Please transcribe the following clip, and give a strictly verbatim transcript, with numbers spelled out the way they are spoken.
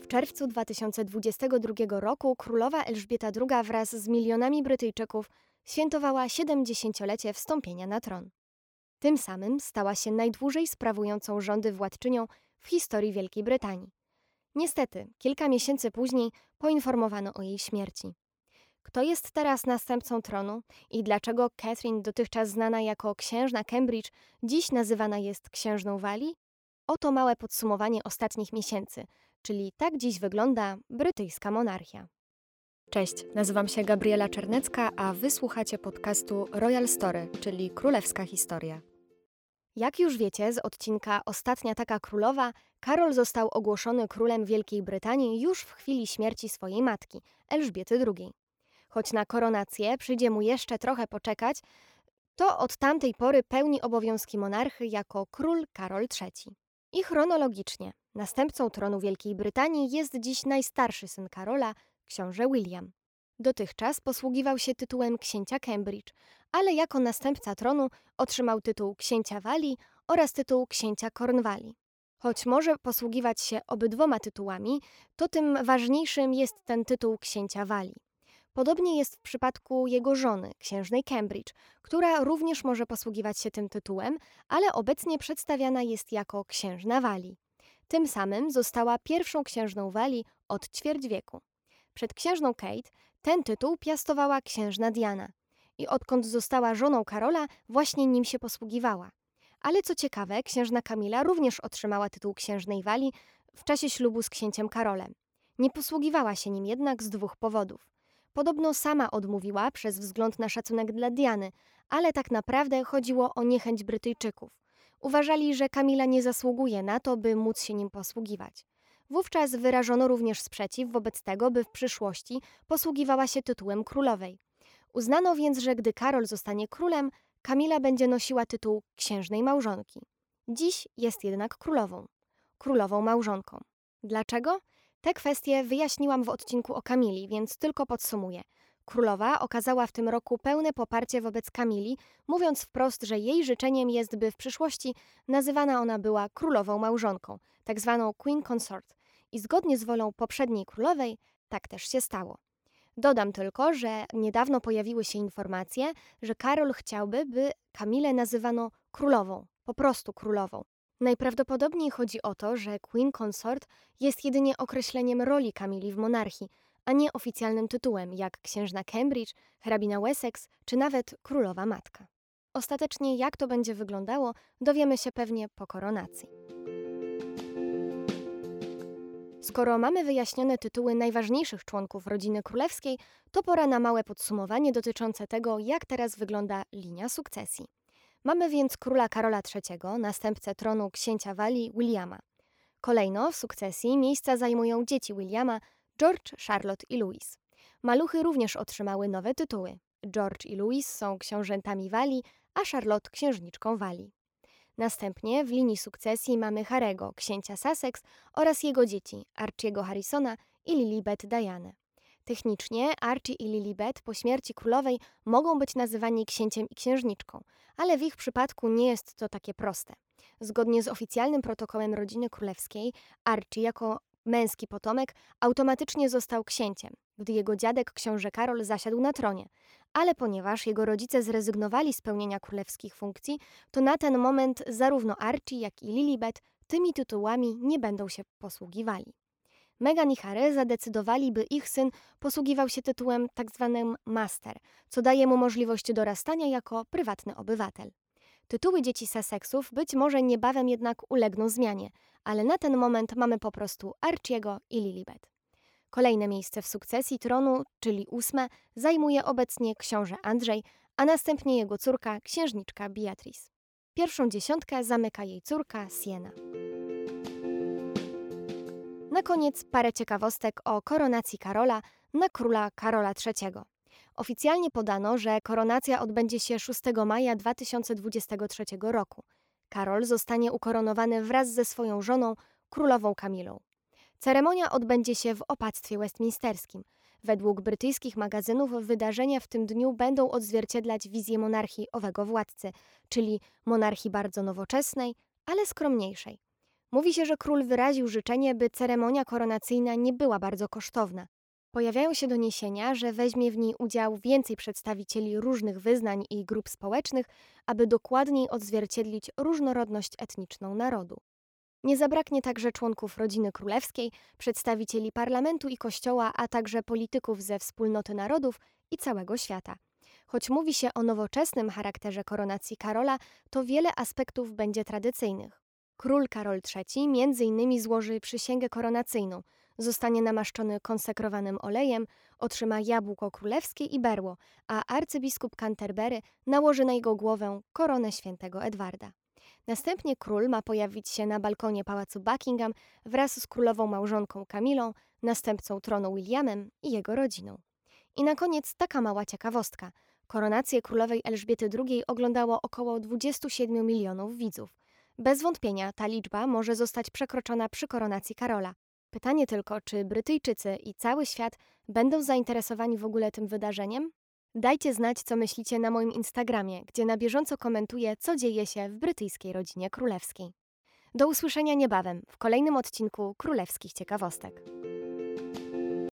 W czerwcu dwa tysiące dwudziestego drugiego roku królowa Elżbieta druga wraz z milionami Brytyjczyków świętowała siedemdziesięciolecie wstąpienia na tron. Tym samym stała się najdłużej sprawującą rządy władczynią w historii Wielkiej Brytanii. Niestety, kilka miesięcy później poinformowano o jej śmierci. Kto jest teraz następcą tronu i dlaczego Catherine, dotychczas znana jako księżna Cambridge, dziś nazywana jest księżną Walii? Oto małe podsumowanie ostatnich miesięcy, czyli tak dziś wygląda brytyjska monarchia. Cześć, nazywam się Gabriela Czernecka, a wysłuchacie podcastu Royal Story, czyli Królewska Historia. Jak już wiecie z odcinka Ostatnia taka królowa, Karol został ogłoszony królem Wielkiej Brytanii już w chwili śmierci swojej matki, Elżbiety drugiej. Choć na koronację przyjdzie mu jeszcze trochę poczekać, to od tamtej pory pełni obowiązki monarchy jako król Karol trzeci. I chronologicznie, następcą tronu Wielkiej Brytanii jest dziś najstarszy syn Karola, książę William. Dotychczas posługiwał się tytułem księcia Cambridge, ale jako następca tronu otrzymał tytuł księcia Walii oraz tytuł księcia Cornwalli. Choć może posługiwać się obydwoma tytułami, to tym ważniejszym jest ten tytuł księcia Walii. Podobnie jest w przypadku jego żony, księżnej Cambridge, która również może posługiwać się tym tytułem, ale obecnie przedstawiana jest jako księżna Walii. Tym samym została pierwszą księżną Walii od ćwierć wieku. Przed księżną Kate ten tytuł piastowała księżna Diana i odkąd została żoną Karola, właśnie nim się posługiwała. Ale co ciekawe, księżna Kamila również otrzymała tytuł księżnej Walii w czasie ślubu z księciem Karolem. Nie posługiwała się nim jednak z dwóch powodów. Podobno sama odmówiła przez wzgląd na szacunek dla Diany, ale tak naprawdę chodziło o niechęć Brytyjczyków. Uważali, że Kamila nie zasługuje na to, by móc się nim posługiwać. Wówczas wyrażono również sprzeciw wobec tego, by w przyszłości posługiwała się tytułem królowej. Uznano więc, że gdy Karol zostanie królem, Kamila będzie nosiła tytuł księżnej małżonki. Dziś jest jednak królową. Królową małżonką. Dlaczego? Te kwestie wyjaśniłam w odcinku o Kamili, więc tylko podsumuję. Królowa okazała w tym roku pełne poparcie wobec Kamili, mówiąc wprost, że jej życzeniem jest, by w przyszłości nazywana ona była królową małżonką, tak zwaną Queen Consort. I zgodnie z wolą poprzedniej królowej, tak też się stało. Dodam tylko, że niedawno pojawiły się informacje, że Karol chciałby, by Kamilę nazywano królową, po prostu królową. Najprawdopodobniej chodzi o to, że Queen Consort jest jedynie określeniem roli Kamili w monarchii, a nie oficjalnym tytułem, jak księżna Cambridge, hrabina Wessex czy nawet królowa matka. Ostatecznie jak to będzie wyglądało, dowiemy się pewnie po koronacji. Skoro mamy wyjaśnione tytuły najważniejszych członków rodziny królewskiej, to pora na małe podsumowanie dotyczące tego, jak teraz wygląda linia sukcesji. Mamy więc króla Karola trzeciego, następcę tronu księcia Walii Williama. Kolejno w sukcesji miejsca zajmują dzieci Williama, George, Charlotte i Louis. Maluchy również otrzymały nowe tytuły. George i Louis są książętami Walii, a Charlotte księżniczką Walii. Następnie w linii sukcesji mamy Harry'ego, księcia Sussex oraz jego dzieci, Archiego Harrisona i Lilibet Dianę. Technicznie Archie i Lilibet po śmierci królowej mogą być nazywani księciem i księżniczką, ale w ich przypadku nie jest to takie proste. Zgodnie z oficjalnym protokołem rodziny królewskiej, Archie jako męski potomek automatycznie został księciem, gdy jego dziadek książę Karol zasiadł na tronie, ale ponieważ jego rodzice zrezygnowali z pełnienia królewskich funkcji, to na ten moment zarówno Archie, jak i Lilibet tymi tytułami nie będą się posługiwali. Meghan i Harry zadecydowali, by ich syn posługiwał się tytułem tzw. master, co daje mu możliwość dorastania jako prywatny obywatel. Tytuły dzieci Sussexów być może niebawem jednak ulegną zmianie, ale na ten moment mamy po prostu Archiego i Lilibet. Kolejne miejsce w sukcesji tronu, czyli ósme, zajmuje obecnie książę Andrzej, a następnie jego córka, księżniczka Beatrice. Pierwszą dziesiątkę zamyka jej córka Siena. Na koniec parę ciekawostek o koronacji Karola na króla Karola trzeciego. Oficjalnie podano, że koronacja odbędzie się szóstego maja dwa tysiące dwudziestego trzeciego roku. Karol zostanie ukoronowany wraz ze swoją żoną, królową Kamilą. Ceremonia odbędzie się w opactwie westminsterskim. Według brytyjskich magazynów wydarzenia w tym dniu będą odzwierciedlać wizję monarchii owego władcy, czyli monarchii bardzo nowoczesnej, ale skromniejszej. Mówi się, że król wyraził życzenie, by ceremonia koronacyjna nie była bardzo kosztowna. Pojawiają się doniesienia, że weźmie w niej udział więcej przedstawicieli różnych wyznań i grup społecznych, aby dokładniej odzwierciedlić różnorodność etniczną narodu. Nie zabraknie także członków rodziny królewskiej, przedstawicieli parlamentu i kościoła, a także polityków ze wspólnoty narodów i całego świata. Choć mówi się o nowoczesnym charakterze koronacji Karola, to wiele aspektów będzie tradycyjnych. Król Karol trzeci między innymi złoży przysięgę koronacyjną, zostanie namaszczony konsekrowanym olejem, otrzyma jabłko królewskie i berło, a arcybiskup Canterbury nałoży na jego głowę koronę świętego Edwarda. Następnie król ma pojawić się na balkonie pałacu Buckingham wraz z królową małżonką Kamilą, następcą tronu Williamem i jego rodziną. I na koniec taka mała ciekawostka. Koronację królowej Elżbiety drugiej oglądało około dwudziestu siedmiu milionów widzów. Bez wątpienia ta liczba może zostać przekroczona przy koronacji Karola. Pytanie tylko, czy Brytyjczycy i cały świat będą zainteresowani w ogóle tym wydarzeniem? Dajcie znać, co myślicie na moim Instagramie, gdzie na bieżąco komentuję, co dzieje się w brytyjskiej rodzinie królewskiej. Do usłyszenia niebawem w kolejnym odcinku Królewskich Ciekawostek.